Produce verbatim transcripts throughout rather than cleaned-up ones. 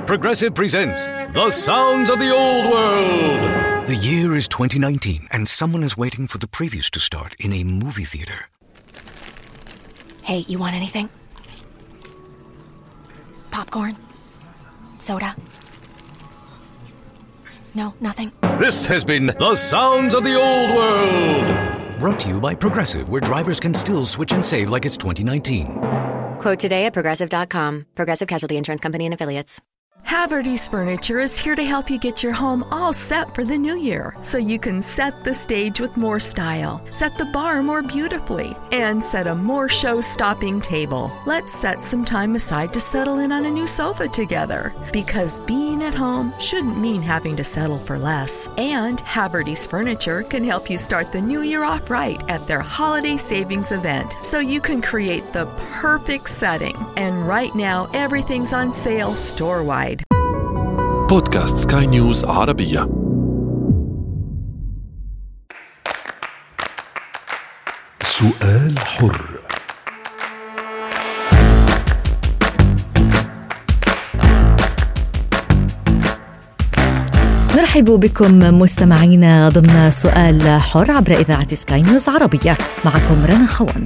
Progressive presents The Sounds of the Old World. The year is twenty nineteen, and someone is waiting for the previews to start in a movie theater. Hey, you want anything? Popcorn? Soda? No, nothing? This has been The Sounds of the Old World. Brought to you by Progressive, where drivers can still switch and save like it's twenty nineteen. Quote today at Progressive dot com. Progressive Casualty Insurance Company and Affiliates. Haverty's Furniture is here to help you get your home all set for the new year, so you can set the stage with more style, set the bar more beautifully, and set a more show-stopping table. Let's set some time aside to settle in on a new sofa together, because being at home shouldn't mean having to settle for less. And Haverty's Furniture can help you start the new year off right at their holiday savings event, so you can create the perfect setting. And right now, everything's on sale store-wide. بودكاست سكاي نيوز عربية. سؤال حر. نرحب بكم مستمعينا ضمن سؤال حر عبر إذاعة سكاي نيوز عربية. معكم رنا خوند.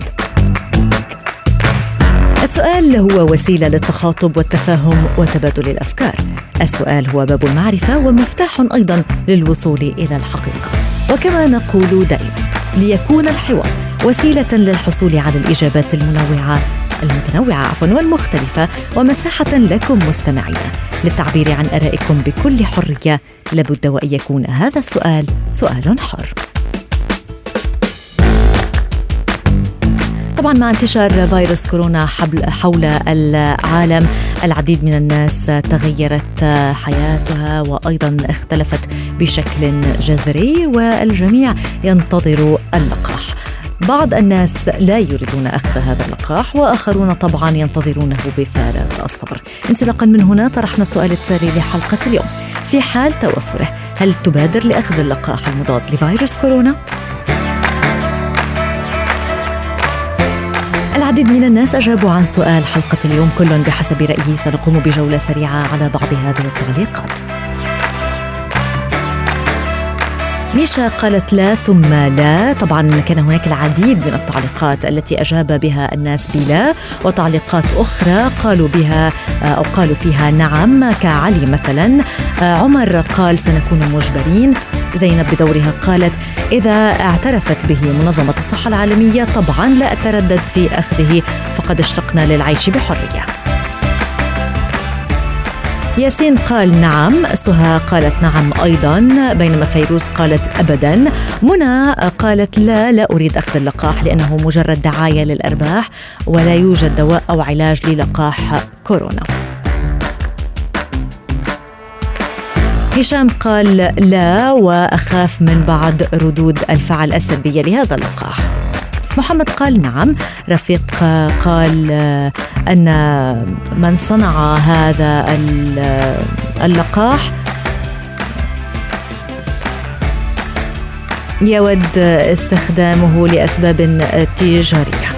السؤال هو وسيلة للتخاطب والتفاهم وتبادل الأفكار. السؤال هو باب المعرفة ومفتاح أيضا للوصول إلى الحقيقة. وكما نقول دائما، ليكون الحوار وسيلة للحصول على الإجابات المنوعة المتنوعة عفوا والمختلفة، ومساحة لكم مستمعين للتعبير عن آرائكم بكل حرية، لابد وأن يكون هذا السؤال سؤال حر. طبعا مع انتشار فيروس كورونا حول العالم، العديد من الناس تغيرت حياتها وأيضا اختلفت بشكل جذري، والجميع ينتظر اللقاح. بعض الناس لا يريدون أخذ هذا اللقاح، وآخرون طبعا ينتظرونه بفارغ الصبر. انطلاقا من هنا طرحنا السؤال التالي لحلقة اليوم: في حال توفره، هل تبادر لأخذ اللقاح المضاد لفيروس كورونا؟ العديد من الناس أجابوا عن سؤال حلقة اليوم، كل بحسب رأيه. سنقوم بجولة سريعة على بعض هذه التعليقات. ميشا قالت لا ثم لا. طبعا كان هناك العديد من التعليقات التي أجاب بها الناس بلا، وتعليقات أخرى قالوا بها أو قالوا فيها نعم، كعلي مثلا. عمر قال سنكون مجبرين. زينب بدورها قالت إذا اعترفت به منظمة الصحة العالمية طبعا لا أتردد في أخذه، فقد اشتقنا للعيش بحرية. ياسين قال نعم. سهى قالت نعم أيضا، بينما فيروز قالت أبدا. منى قالت لا لا أريد أخذ اللقاح لأنه مجرد دعاية للأرباح، ولا يوجد دواء أو علاج للقاح كورونا. هشام قال لا، وأخاف من بعض ردود الفعل السلبية لهذا اللقاح. محمد قال نعم. رفيق قال أن من صنع هذا اللقاح يود استخدامه لأسباب تجارية.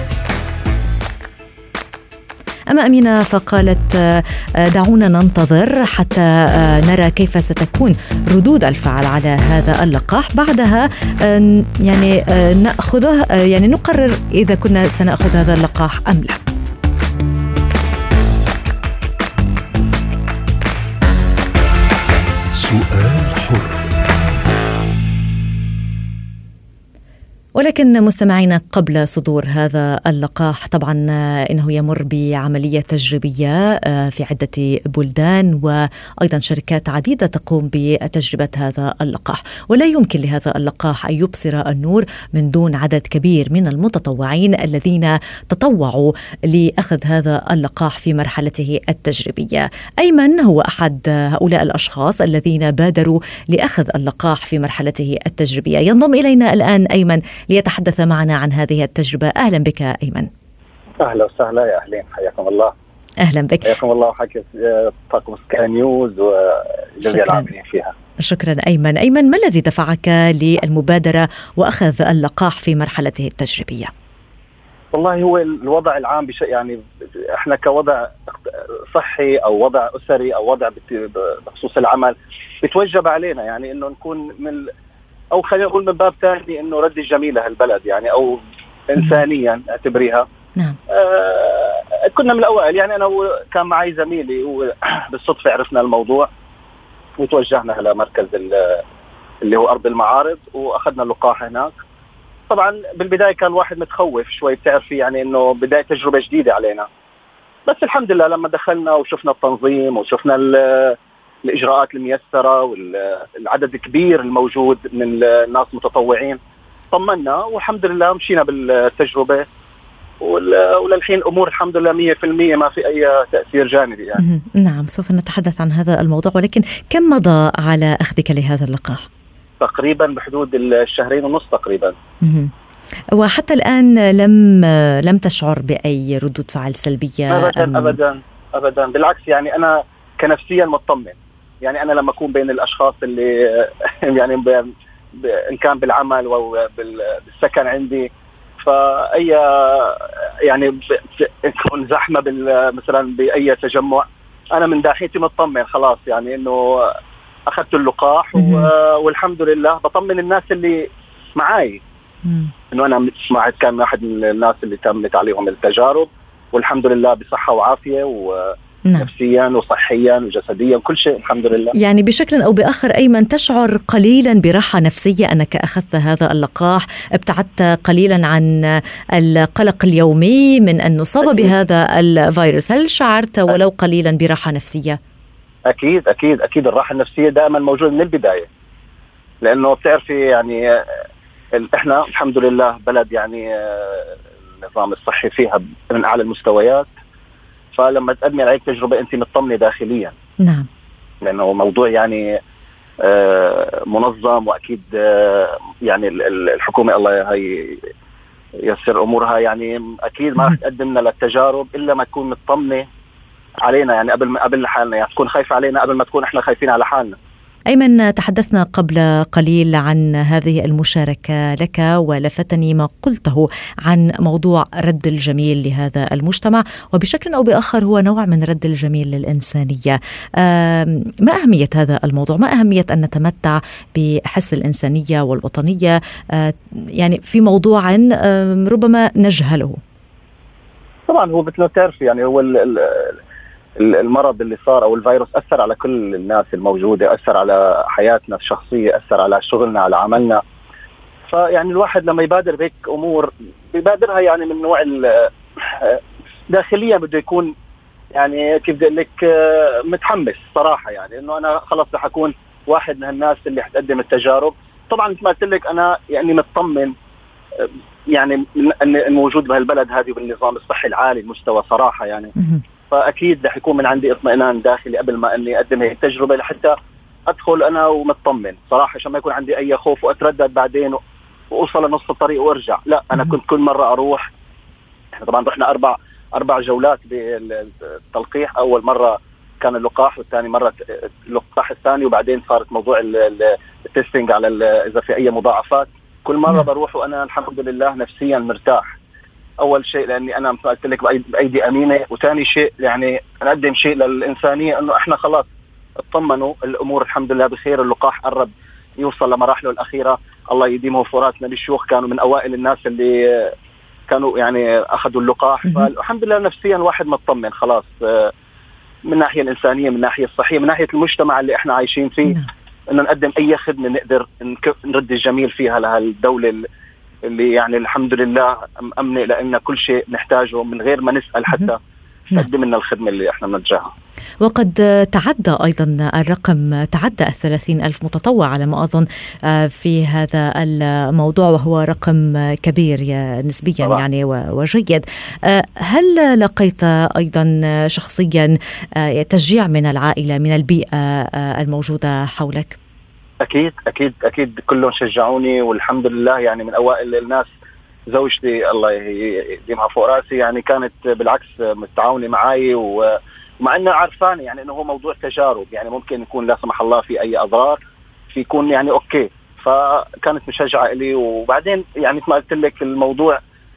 أما أمينة فقالت دعونا ننتظر حتى نرى كيف ستكون ردود الفعل على هذا اللقاح، بعدها يعني نأخذه، يعني نقرر إذا كنا سنأخذ هذا اللقاح أم لا. سؤال حر. ولكن مستمعينا، قبل صدور هذا اللقاح طبعا إنه يمر بعملية تجريبية في عدة بلدان، وأيضا شركات عديدة تقوم بتجربة هذا اللقاح، ولا يمكن لهذا اللقاح أن يبصر النور من دون عدد كبير من المتطوعين الذين تطوعوا لأخذ هذا اللقاح في مرحلته التجريبية. أيمن هو أحد هؤلاء الأشخاص الذين بادروا لأخذ اللقاح في مرحلته التجريبية. ينضم إلينا الآن أيمن ليتحدث معنا عن هذه التجربة. أهلا بك أيمن. أهلا وسهلا يا أهلين، حياكم الله. أهلا بك. حياكم الله وحكي طاقم سكاي نيوز وجميع العاملين فيها. شكرا أيمن. أيمن، ما الذي دفعك للمبادرة وأخذ اللقاح في مرحلته التجريبية؟ والله هو الوضع العام بشيء، يعني احنا كوضع صحي او وضع اسري او وضع بخصوص العمل بتوجب علينا يعني انه نكون من، او خلينا نقول من باب ثاني انه رد الجميل لهالبلد يعني، او انسانيا اعتبريها. نعم. آه كنا من الاوائل يعني، انا كان معي زميلي وبالصدفه عرفنا الموضوع وتوجهنا على مركز اللي هو ارض المعارض واخذنا اللقاح هناك. طبعا بالبدايه كان الواحد متخوف شوي، بتعرفي يعني انه بدايه تجربه جديده علينا، بس الحمد لله لما دخلنا وشفنا التنظيم وشفنا الاجراءات الميسره والعدد الكبير الموجود من الناس متطوعين طمنا، والحمد لله مشينا بالتجربه، وللحين الامور الحمد لله مية بالمية ما في اي تاثير جانبي يعني. نعم، سوف نتحدث عن هذا الموضوع، ولكن كم مضى على اخذك لهذا اللقاح؟ تقريبا بحدود الشهرين ونص تقريبا. وحتى الآن لم لم تشعر بأي ردود فعل سلبية؟ أبدا أم... أبدا أبدا بالعكس، يعني أنا كنفسيا مطمن، يعني أنا لما أكون بين الأشخاص اللي يعني ب... ب... إن كان بالعمل أو بالسكن عندي، فأي يعني ب... تكون زحمة بال... مثلا بأي تجمع، أنا من ناحيتي مطمن خلاص، يعني إنه أخذت اللقاح و... والحمد لله. بطمن الناس اللي معاي إنه أنا سمعت كان واحد من الناس اللي تمت عليهم التجارب والحمد لله بصحة وعافية ونفسيا وصحيا وجسديا كل شيء الحمد لله. يعني بشكل أو بآخر أيمن تشعر قليلا براحة نفسية أنك أخذت هذا اللقاح، ابتعدت قليلا عن القلق اليومي من أن نصاب بهذا الفيروس، هل شعرت ولو قليلا براحة نفسية؟ أكيد أكيد أكيد الراحة النفسية دائما موجودة من البداية، لأنه بتعرفي يعني احنا الحمد لله بلد يعني النظام الصحي فيها من اعلى المستويات، فلما تقدمي عليك تجربه انت مطمنه داخليا. نعم. لانه موضوع يعني منظم، واكيد يعني الحكومه الله هي يسر امورها، يعني اكيد ما راح تقدم لنا للتجارب الا ما تكون مطمنه علينا، يعني قبل ما قبل حالنا، يعني تكون خايفه علينا قبل ما تكون احنا خايفين على حالنا. أيمن، تحدثنا قبل قليل عن هذه المشاركة لك، ولفتني ما قلته عن موضوع رد الجميل لهذا المجتمع، وبشكل أو بآخر هو نوع من رد الجميل للإنسانية. ما أهمية هذا الموضوع؟ ما أهمية أن نتمتع بحس الإنسانية والوطنية يعني في موضوع ربما نجهله؟ طبعا هو مثل ما تعرف يعني هو المرض اللي صار أو الفيروس أثر على كل الناس الموجودة، أثر على حياتنا الشخصية، أثر على شغلنا، على عملنا. فيعني الواحد لما يبادر بهيك أمور بيبادرها يعني من نوع داخليا بده يكون يعني كيف بدي أقول لك متحمس صراحة، يعني إنه أنا خلاص رح أكون واحد من الناس اللي حتقدم التجارب. طبعا مثل ما قلت لك أنا يعني مطمن يعني أن الموجود بهالبلد هذه بالنظام الصحي العالي المستوى صراحة يعني. فأكيد رح يكون من عندي اطمئنان داخلي قبل ما أني أقدم هذه التجربة لحتى أدخل أنا ومطمن صراحة، عشان ما يكون عندي أي خوف وأتردد بعدين وأوصل لنص الطريق وأرجع. لا، أنا كنت كل مرة أروح، طبعا رحنا أربع أربع جولات بالتلقيح، أول مرة كان اللقاح، والثاني مرة اللقاح الثاني، وبعدين صارت موضوع التستينج على إذا في أي مضاعفات. كل مرة بروح وأنا الحمد لله نفسيا مرتاح. أول شيء لأني أنا قلت لك بأيدي أمينة، وثاني شيء يعني نقدم شيء للإنسانية إنه إحنا خلاص اطمنوا الأمور الحمد لله بخير، اللقاح قرب يوصل لمراحله الأخيرة، الله يديمه فراتنا بالشيوخ كانوا من أوائل الناس اللي كانوا يعني أخذوا اللقاح، فالحمد لله نفسيا الواحد مطمن خلاص من ناحية الإنسانية، من ناحية الصحية، من ناحية المجتمع اللي إحنا عايشين فيه، إنه نقدم أي خدمة نقدر نرد الجميل فيها لهالدولة اللي يعني الحمد لله أمنة لأن كل شيء نحتاجه من غير ما نسأل حتى نقدم لنا الخدمة اللي احنا بنرجعها. وقد تعدى أيضا الرقم، تعدى الثلاثين ألف متطوع على ما أظن في هذا الموضوع، وهو رقم كبير نسبيا طبعا. يعني وجيد. هل لقيت أيضا شخصيا تشجيع من العائلة، من البيئة الموجودة حولك؟ أكيد أكيد أكيد كلهم شجعوني، والحمد لله يعني من أوائل الناس زوجتي الله يديمها فوق راسي يعني كانت بالعكس متعاونة معي، ومع أنها عارفاني يعني أنه هو موضوع تجارب، يعني ممكن يكون لا سمح الله في أي أضرار، في يكون يعني أوكي، فكانت مشجعة إلي. وبعدين يعني ما قلت لك الموضوع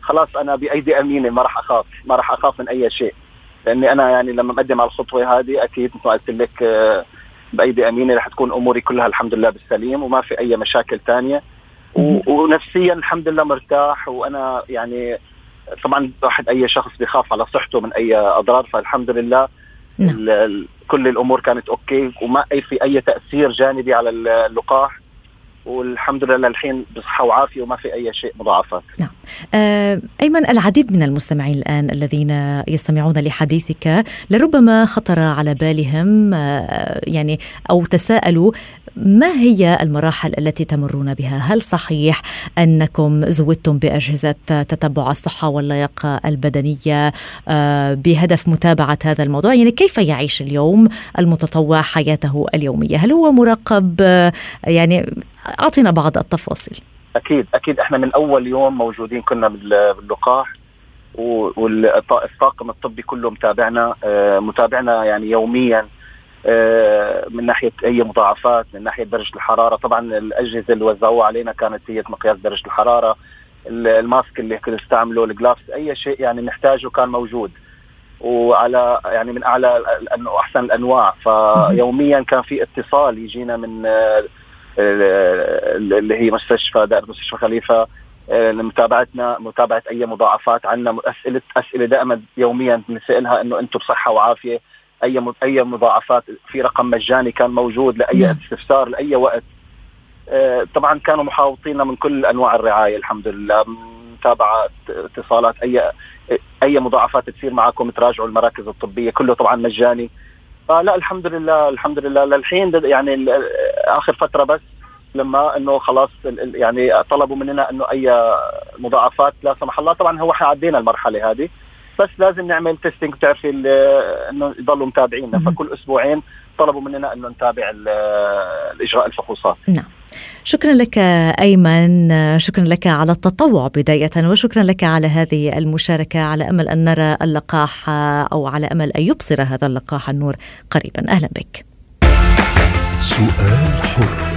خلاص أنا بأيدي أمينة، ما راح أخاف ما راح أخاف من أي شيء، لأني أنا يعني لما أقدم على الخطوة هذه أكيد مثل ما قلت لك بأيدي أمينة رح تكون أموري كلها الحمد لله بالسليم وما في أي مشاكل تانية، ونفسيا الحمد لله مرتاح. وأنا يعني طبعا واحد أي شخص بيخاف على صحته من أي أضرار، فالحمد لله ال كل الأمور كانت أوكي وما أي في أي تأثير جانبي على اللقاح، والحمد لله الحين بصحة وعافية وما في أي شيء مضاعفات. نعم. آه أيمن، العديد من المستمعين الآن الذين يستمعون لحديثك لربما خطر على بالهم آه يعني أو تساءلوا ما هي المراحل التي تمرون بها؟ هل صحيح أنكم زودتم بأجهزة تتبع الصحة واللياقة البدنية آه بهدف متابعة هذا الموضوع؟ يعني كيف يعيش اليوم المتطوع حياته اليومية؟ هل هو مراقب؟ آه يعني أعطينا بعض التفاصيل. أكيد أكيد إحنا من أول يوم موجودين كنا باللقاح، والطاقم الطبي كله متابعنا متابعنا يعني يوميا من ناحية أي مضاعفات، من ناحية درجة الحرارة. طبعا الأجهزة اللي وزعوها علينا كانت هي مقياس درجة الحرارة، الماسك اللي كنا نستعمله، الجلافز، أي شيء يعني نحتاجه كان موجود، وعلى يعني من أعلى وأحسن الأنواع. فيوميا كان في اتصال يجينا من اللي هي مستشفى دائرة مستشفى خليفة لمتابعتنا، متابعة أي مضاعفات عنا، أسئلة أسئلة دائما يوميا نسألها إنه أنتم بصحة وعافية، أي أي مضاعفات، في رقم مجاني كان موجود لأي استفسار لأي وقت. طبعا كانوا محاوطينا من كل أنواع الرعاية الحمد لله، متابعة، اتصالات، أي أي مضاعفات تصير معكم تراجعوا المراكز الطبية، كله طبعا مجاني. فلا الحمد لله الحمد لله للحين يعني آخر فترة بس لما إنه خلاص يعني طلبوا مننا إنه أي مضاعفات لا سمح الله، طبعا هو عدينا المرحلة هذه، بس لازم نعمل تيستينج، تعرفي إنه يضلوا متابعيننا، فكل أسبوعين طلبوا مننا إنه نتابع الإجراء الفحوصات. نعم. شكرا لك أيمن، شكرا لك على التطوع بداية، وشكرا لك على هذه المشاركة، على أمل أن نرى اللقاح أو على أمل أن يبصر هذا اللقاح النور قريبا. أهلا بك. سؤال حر.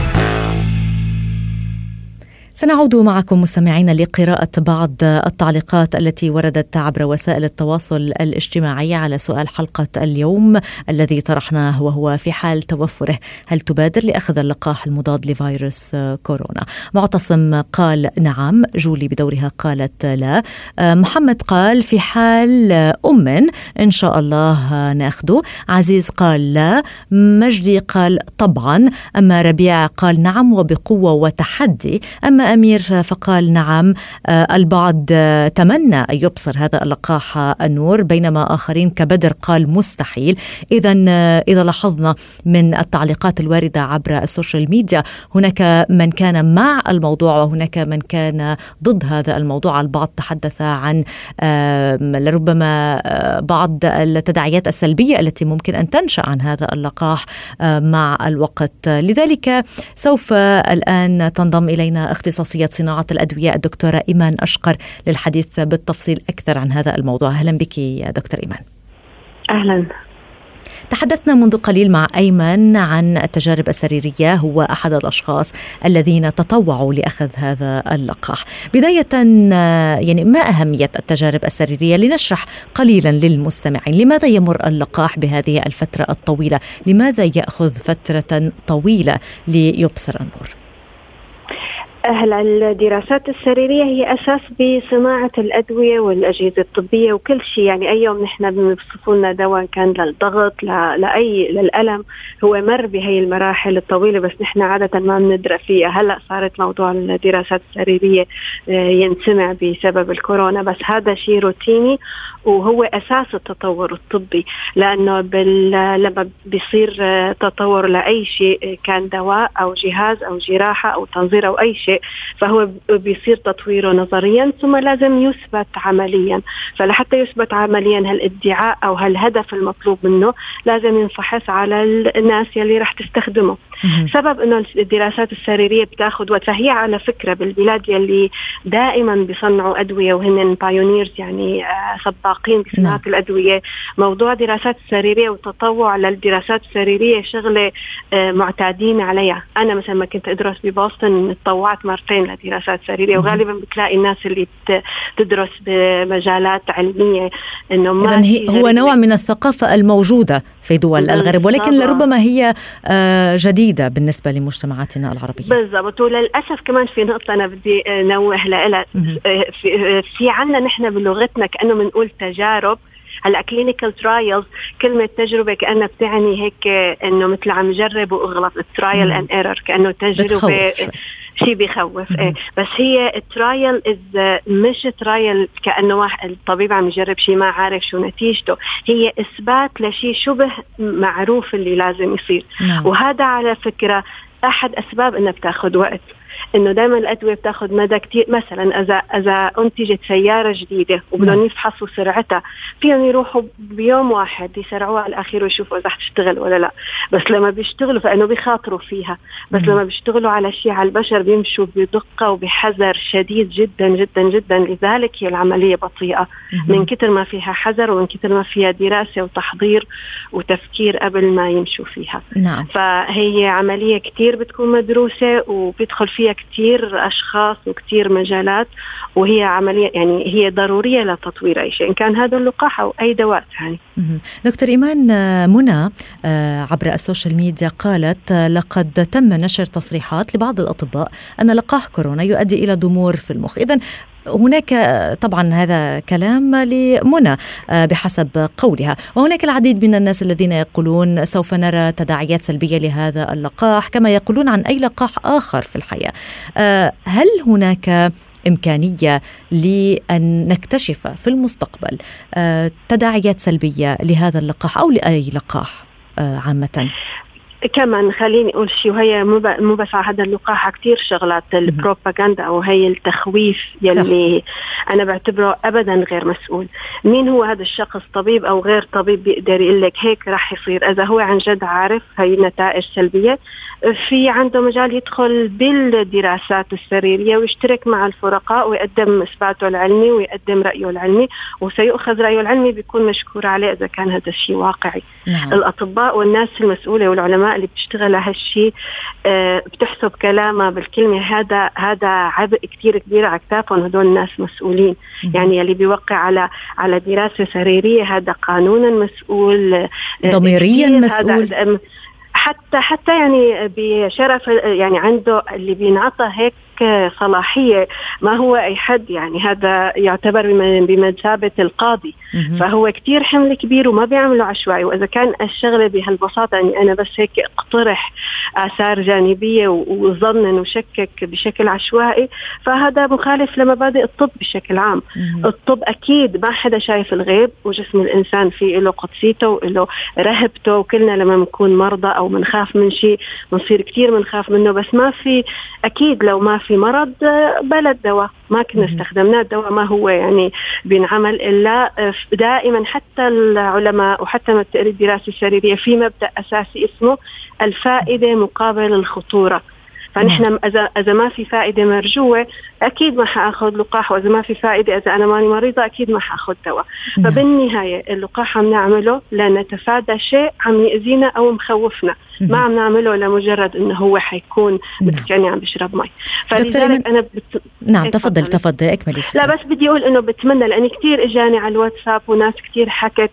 سنعود معكم مستمعين لقراءة بعض التعليقات التي وردت عبر وسائل التواصل الاجتماعي على سؤال حلقة اليوم الذي طرحناه، وهو في حال توفره هل تبادر لأخذ اللقاح المضاد لفيروس كورونا؟ معتصم قال نعم، جولي بدورها قالت لا، محمد قال في حال أم إن شاء الله ناخده، عزيز قال لا، مجدي قال طبعا، أما ربيع قال نعم وبقوة وتحدي، أما أمير فقال نعم، البعض تمنى أن يبصر هذا اللقاح النور، بينما آخرين كبدر قال مستحيل. إذا إذا لاحظنا من التعليقات الواردة عبر السوشيال ميديا هناك من كان مع الموضوع وهناك من كان ضد هذا الموضوع. البعض تحدث عن لربما بعض التداعيات السلبية التي ممكن أن تنشأ عن هذا اللقاح مع الوقت. لذلك سوف الآن تنضم إلينا اختصاصية صناعة الأدوية الدكتورة إيمان أشقر للحديث بالتفصيل أكثر عن هذا الموضوع. أهلا بك يا دكتور إيمان. أهلا. تحدثنا منذ قليل مع أيمن عن التجارب السريرية، هو أحد الأشخاص الذين تطوعوا لأخذ هذا اللقاح. بداية يعني ما أهمية التجارب السريرية؟ لنشرح قليلا للمستمعين لماذا يمر اللقاح بهذه الفترة الطويلة، لماذا يأخذ فترة طويلة ليبصر النور؟ هلا الدراسات السريرية هي أساس بصناعة الأدوية والأجهزة الطبية وكل شيء. يعني أي يوم نحن بنوصفوا لنا دواء كان للضغط لأي للألم هو مر بهي المراحل الطويلة، بس نحن عادة ما بندرى فيها. هلأ صارت موضوع الدراسات السريرية ينسمع بسبب الكورونا، بس هذا شيء روتيني وهو أساس التطور الطبي، لأنه بال... لما بيصير تطور لأي شيء كان دواء أو جهاز أو جراحة أو تنظير أو أي شيء، فهو بيصير تطويره نظريا ثم لازم يثبت عمليا. فلحتى يثبت عمليا هالادعاء أو هالهدف المطلوب منه لازم ينفحص على الناس يلي رح تستخدمه. سبب أنه الدراسات السريرية بتاخد وقت، فهي على فكرة بالبلاد يلي دائما بيصنعوا أدوية وهن بايونيرز يعني سباقين بصناعة الأدوية، موضوع دراسات السريرية وتطوع للدراسات السريرية شغلة معتادين عليها. أنا مثلا ما كنت أدرس ببوسطن تطوعت بتروح مرتين لدراسات سريرية، وغالبا بتلاقي الناس اللي بتدرس بمجالات علمية إنه ما هو نوع من الثقافة الموجودة في دول الغرب، ولكن لربما هي جديدة بالنسبة لمجتمعاتنا العربية. بالضبط. وللأسف كمان في نقطة أنا بدي نوه لها، في, في عنا نحن بلغتنا كأنه بنقول تجارب. هلا clinical trials كلمة تجربة كأنها بتعني هيك إنه مثل عم جرب وأغلط، trial and error، كأنه تجربة شيء بيخوف. إيه. بس هي الترايل إذا مش ترايل كأنه واحد الطبيب عم يجرب شيء ما عارف شو نتيجته، هي إثبات لشيء شبه معروف اللي لازم يصير. نعم. وهذا على فكرة أحد أسباب إنه بتاخد وقت، إنه دائما الأدوية بتاخد مدى كتير. مثلا إذا إذا أنتجت سيارة جديدة وبدهم يفحصوا سرعتها، فيهم يروحوا بيوم واحد يسرعوها على الأخير ويشوفوا إذا حتشتغل ولا لا. بس لما بيشتغلوا فإنه بيخاطروا فيها، بس مم. لما بيشتغلوا على شيء على البشر بيمشوا بدقة وبحذر شديد جدا جدا جدا. لذلك هي العملية بطيئة مم. من كتر ما فيها حذر ومن كتر ما فيها دراسة وتحضير وتفكير قبل ما يمشوا فيها. نعم. فهي عملية كتير بتكون مدروسة وبيدخل فيها كتير أشخاص وكتير مجالات، وهي عملية يعني هي ضرورية لتطوير أي شيء، إن كان هذا اللقاح أو أي دواء ثاني. دكتور إيمان، منى عبر السوشيال ميديا قالت لقد تم نشر تصريحات لبعض الأطباء أن لقاح كورونا يؤدي إلى ضمور في المخ. إذن هناك طبعا هذا كلام لمنى بحسب قولها، وهناك العديد من الناس الذين يقولون سوف نرى تداعيات سلبية لهذا اللقاح كما يقولون عن أي لقاح آخر في الحياة. هل هناك إمكانية لأن نكتشف في المستقبل تداعيات سلبية لهذا اللقاح أو لأي لقاح عامة؟ كمان خليني أقول شيء، وهي مو بس على هذا اللقاح، كتير شغلات البروباغندا أو هي التخويف يلي صح. أنا بعتبره أبدا غير مسؤول. مين هو هذا الشخص، طبيب أو غير طبيب، بيقدر يقول لك هيك راح يصير؟ إذا هو عن جد عارف هي نتائج سلبية، في عنده مجال يدخل بالدراسات السريرية ويشترك مع الفرقاء ويقدم إثباته العلمي ويقدم رأيه العلمي، وسيؤخذ رأيه العلمي بيكون مشكور عليه إذا كان هذا الشيء واقعي. نعم. الأطباء والناس المسؤولة والعلماء اللي بتشتغل على هالشيء أه بتحسب كلامه بالكلمة، هذا هذا عبء كتير كبير على كتافهم. هدول الناس مسؤولين. م- يعني اللي بيوقع على على دراسة سريرية هذا قانونا مسؤول، ضميريا مسؤول، حتى حتى يعني بشرف، يعني عنده اللي بينعطى هيك صلاحية، ما هو أي حد. يعني هذا يعتبر بمثابة القاضي، فهو كتير حمل كبير وما بيعمله عشوائي. وإذا كان الشغلة بهالبساطة يعني أنا بس هيك اقترح آثار جانبية وظنن وشكك بشكل عشوائي، فهذا مخالف لمبادئ الطب بشكل عام. الطب أكيد ما حدا شايف الغيب، وجسم الإنسان فيه له قدسيته وله رهبته، وكلنا لما نكون مرضى أو منخاف من شيء منصير كتير منخاف منه. بس ما في أكيد لو ما في مرض بلا الدواء ما كنا استخدمناه. الدواء ما هو يعني بينعمل إلا دائما، حتى العلماء وحتى ما بتقري الدراسة السريرية في مبدأ أساسي اسمه الفائدة مقابل الخطورة. فنحن إذا إذا ما في فائدة مرجوة أكيد ما حأخذ لقاح، وإذا ما في فائدة إذا أنا ماني مريضة أكيد ما حأخذ دواء. فبالنهاية اللقاح عم نعمله لنتفادى شيء عم يأذينا أو مخوفنا، ما عم نعمله لمجرد إنه هو حيكون مثل كأني عم بشرب مي. فلذلك أنا بت... نعم تفضل تفضل أكملي. لا بس بدي أقول إنه بتمنى، لأني كتير إجاني على الواتساب وناس كتير حكت،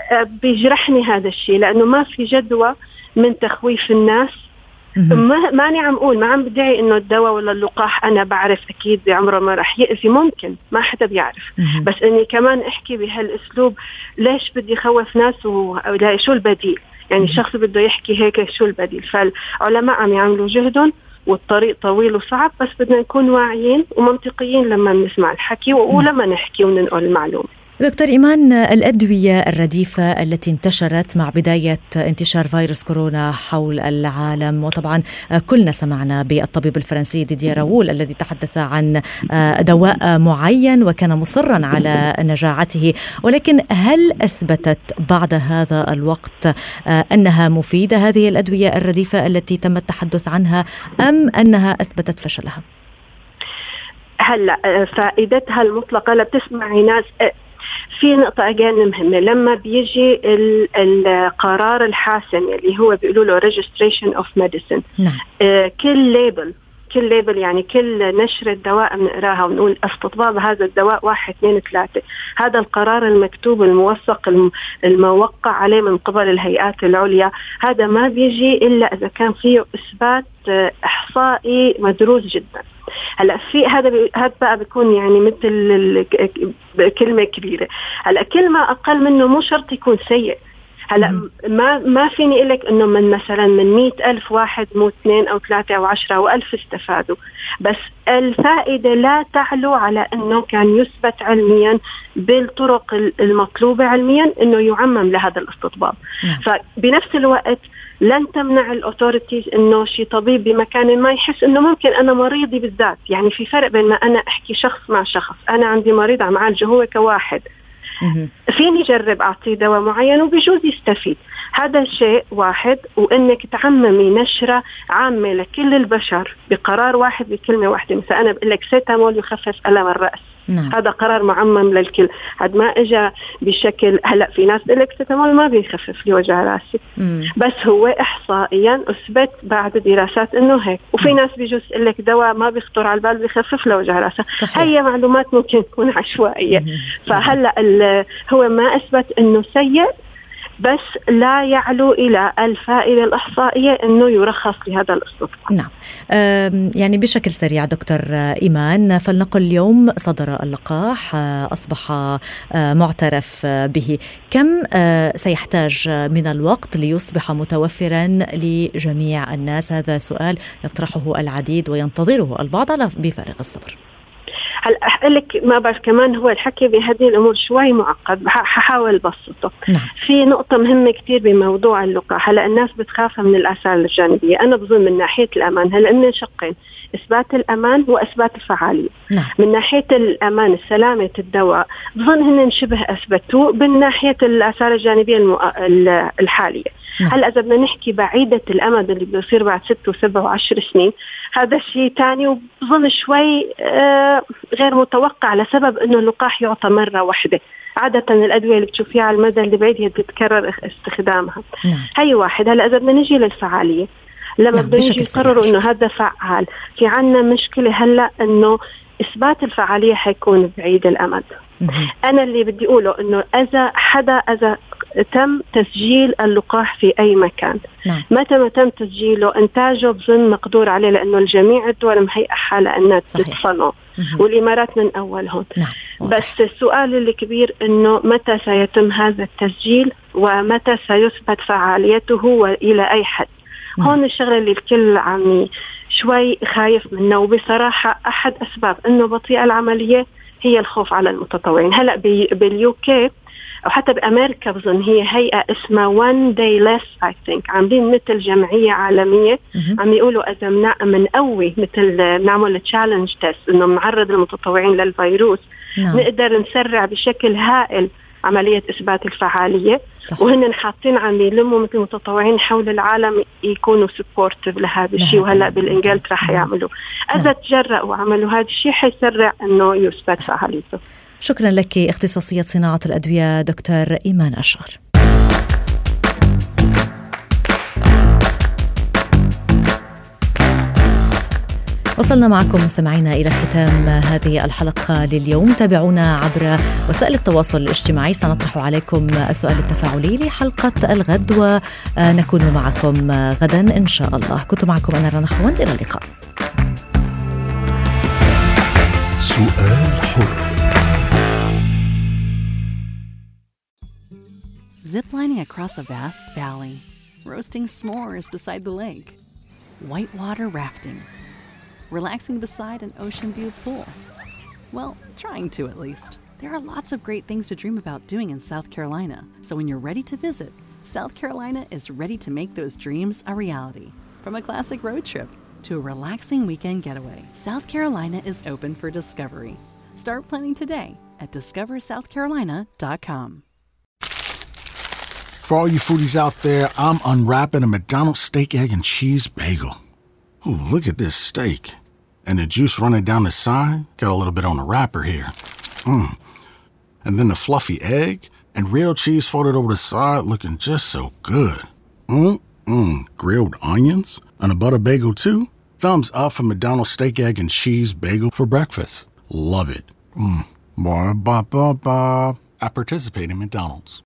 بيجرحني هذا الشيء، لأنه ما في جدوى من تخويف الناس. ما ماني عم أقول، ما عم بدعي إنه الدواء ولا اللقاح أنا بعرف أكيد بعمره ما رح يأذي، ممكن ما حدا بيعرف، بس إني كمان أحكي بهالأسلوب ليش بدي خوف ناس ولا شو البديل. يعني الشخص بده يحكي هيك شو البديل. فالعلماء عم يعملوا جهدهم والطريق طويل وصعب، بس بدنا نكون واعيين ومنطقيين لما نسمع الحكي ولما نحكي وننقل المعلومة. دكتور إيمان، الأدوية الرديفة التي انتشرت مع بداية انتشار فيروس كورونا حول العالم، وطبعا كلنا سمعنا بالطبيب الفرنسي ديدييه راوول الذي تحدث عن دواء معين وكان مصرا على نجاعته، ولكن هل أثبتت بعد هذا الوقت أنها مفيدة هذه الأدوية الرديفة التي تم التحدث عنها، أم أنها أثبتت فشلها؟ هلا فائدتها المطلقة لا بتسمعي ناس. في نقطة أجان مهمة، لما بيجي القرار الحاسم اللي هو بيقولوا له registration of medicine، نعم. آه كل ليبل كل ليبل يعني كل نشرة دواء بنقراها ونقول استطباب هذا الدواء واحد اثنين ثلاثة. هذا القرار المكتوب الموثق الموقع عليه من قبل الهيئات العليا، هذا ما بيجي إلا إذا كان فيه إثبات إحصائي مدروس جدا. هلا في هذا بي هذا بقى بيكون يعني مثل كلمة كبيرة. هلا كلمة أقل منه مو شرط يكون سيء. هلا ما ما فيني أقول لك إنه من مثلا من مئة ألف واحد مو اثنين أو ثلاثة أو عشرة أو ألف استفادوا، بس الفائدة لا تعلو على إنه كان يثبت علميا بالطرق المطلوبة علميا إنه يعمم لهذا الاستطباب. فبنفس الوقت لن تمنع الأوتوريتيز إنه شي طبيب بمكان ما يحس إنه ممكن أنا مريضي بالذات. يعني في فرق بين ما أنا أحكي شخص مع شخص، أنا عندي مريض عم عالجه هو كواحد، فيني جرب أعطيه دواء معين وبيجوز يستفيد، هذا شيء واحد. وإنك تعممي نشرة عامة لكل البشر بقرار واحد بكلمة واحدة، مثلا أنا بقول لك سيتامول يخفف ألم الرأس، نعم. هذا قرار معمم للكل، هذا ما إجا بشكل هلأ في ناس بقول لك سيتامول ما بيخفف لي وجع راسي، بس هو إحصائيا أثبت بعد دراسات إنه هيك. وفي ناس بيجوز يقول لك دواء ما بيخطر على البال بيخفف له وجع راسه، هي معلومات ممكن تكون عشوائية. فهلأ هو ما أثبت إنه سيء، بس لا يعلو إلى الفائدة الإحصائية إنه يرخص لهذا الاستطباب. نعم. يعني بشكل سريع دكتور إيمان، فلنقل اليوم صدر اللقاح، أصبح معترف به، كم سيحتاج من الوقت ليصبح متوفرا لجميع الناس؟ هذا سؤال يطرحه العديد وينتظره البعض على بفارغ الصبر. هلا أحلك ما بعرف، كمان هو الحكي بهذه الأمور شوي معقد، ححاول بسطه. نعم. في نقطة مهمة كتير بموضوع اللقاح. هلا الناس بتخاف من الآثار الجانبية، أنا بظن من ناحية الأمان هلا من شقين، إثبات الأمان وإثبات الفعالية. نعم. من ناحية الأمان السلامة الدواء بظن هن شبه أثبتوا، من ناحية الآثار الجانبية المؤ... الحالية. نعم. هلا إذا بدنا نحكي بعيدة الأمد اللي بيصير بعد ست وسبع وعشر سنين، هذا شيء تاني، وبظن شوي آه غير متوقع لسبب إنه اللقاح يعطى مرة واحدة. عادة الأدوية اللي بتشوفيها على المدى اللي بعيد هي بتتكرر استخدامها. نعم. هي واحد. هلا إذا بدنا نجي للفعالية، لما بدنا نجي نقرر إنه هذا فعال، في عنا مشكلة هلا إنه إثبات الفعالية حيكون بعيد الأمد. مم. أنا اللي بدي أقوله إنه إذا حدا إذا تم تسجيل اللقاح في أي مكان، نعم. متى ما تم تسجيله إنتاجه بظن مقدور عليه، لأنه الجميع الدول مهيئة حالة أنها تتصنع، والإمارات من أولهم. نعم. بس السؤال الكبير إنه متى سيتم هذا التسجيل ومتى سيثبت فعاليته وإلى أي حد. نعم. هون الشغلة اللي الكل عم شوي خايف منه، وبصراحة أحد أسباب إنه بطيئة العملية هي الخوف على المتطوعين. هلأ باليوكي أو حتى بأمريكا بظن هي هيئة اسمها one day less I think، عاملين مثل جمعية عالمية، عم يقولوا إذا من قوي مثل نعمل challenge test إنه نعرض المتطوعين للفيروس، نعم. نقدر نسرع بشكل هائل عملية إثبات الفعالية. صح. وهن حاطين عم يلموا مثل متطوعين حول العالم يكونوا سبورتيف لهذا الشيء، وهلأ بالإنجلترا رح يعملوا. إذا تجرأوا وعملوا هذا الشيء حيسرع إنه يثبت فعاليته. شكرا لك اختصاصية صناعة الأدوية دكتور إيمان أشعر. وصلنا معكم مستمعينا إلى ختام هذه الحلقة لليوم. تابعونا عبر وسائل التواصل الاجتماعي، سنطرح عليكم السؤال التفاعلي لحلقة الغد ونكون معكم غدا إن شاء الله. كنت معكم أنا رنا خوند، إلى اللقاء. سؤال حر. Ziplining across a vast valley, roasting s'mores beside the lake, whitewater rafting, relaxing beside an ocean view pool. Well, trying to at least. There are lots of great things to dream about doing in South Carolina, so when you're ready to visit, South Carolina is ready to make those dreams a reality. From a classic road trip to a relaxing weekend getaway, South Carolina is open for discovery. Start planning today at discover south carolina dot com. For all you foodies out there, I'm unwrapping a McDonald's steak, egg, and cheese bagel. Ooh, look at this steak. And the juice running down the side. Got a little bit on the wrapper here. Mmm. And then the fluffy egg and real cheese folded over the side, looking just so good. Mmm, mmm. Grilled onions and a butter bagel too. Thumbs up for McDonald's steak, egg, and cheese bagel for breakfast. Love it. Mm. Ba, ba, ba, ba. I participate in McDonald's.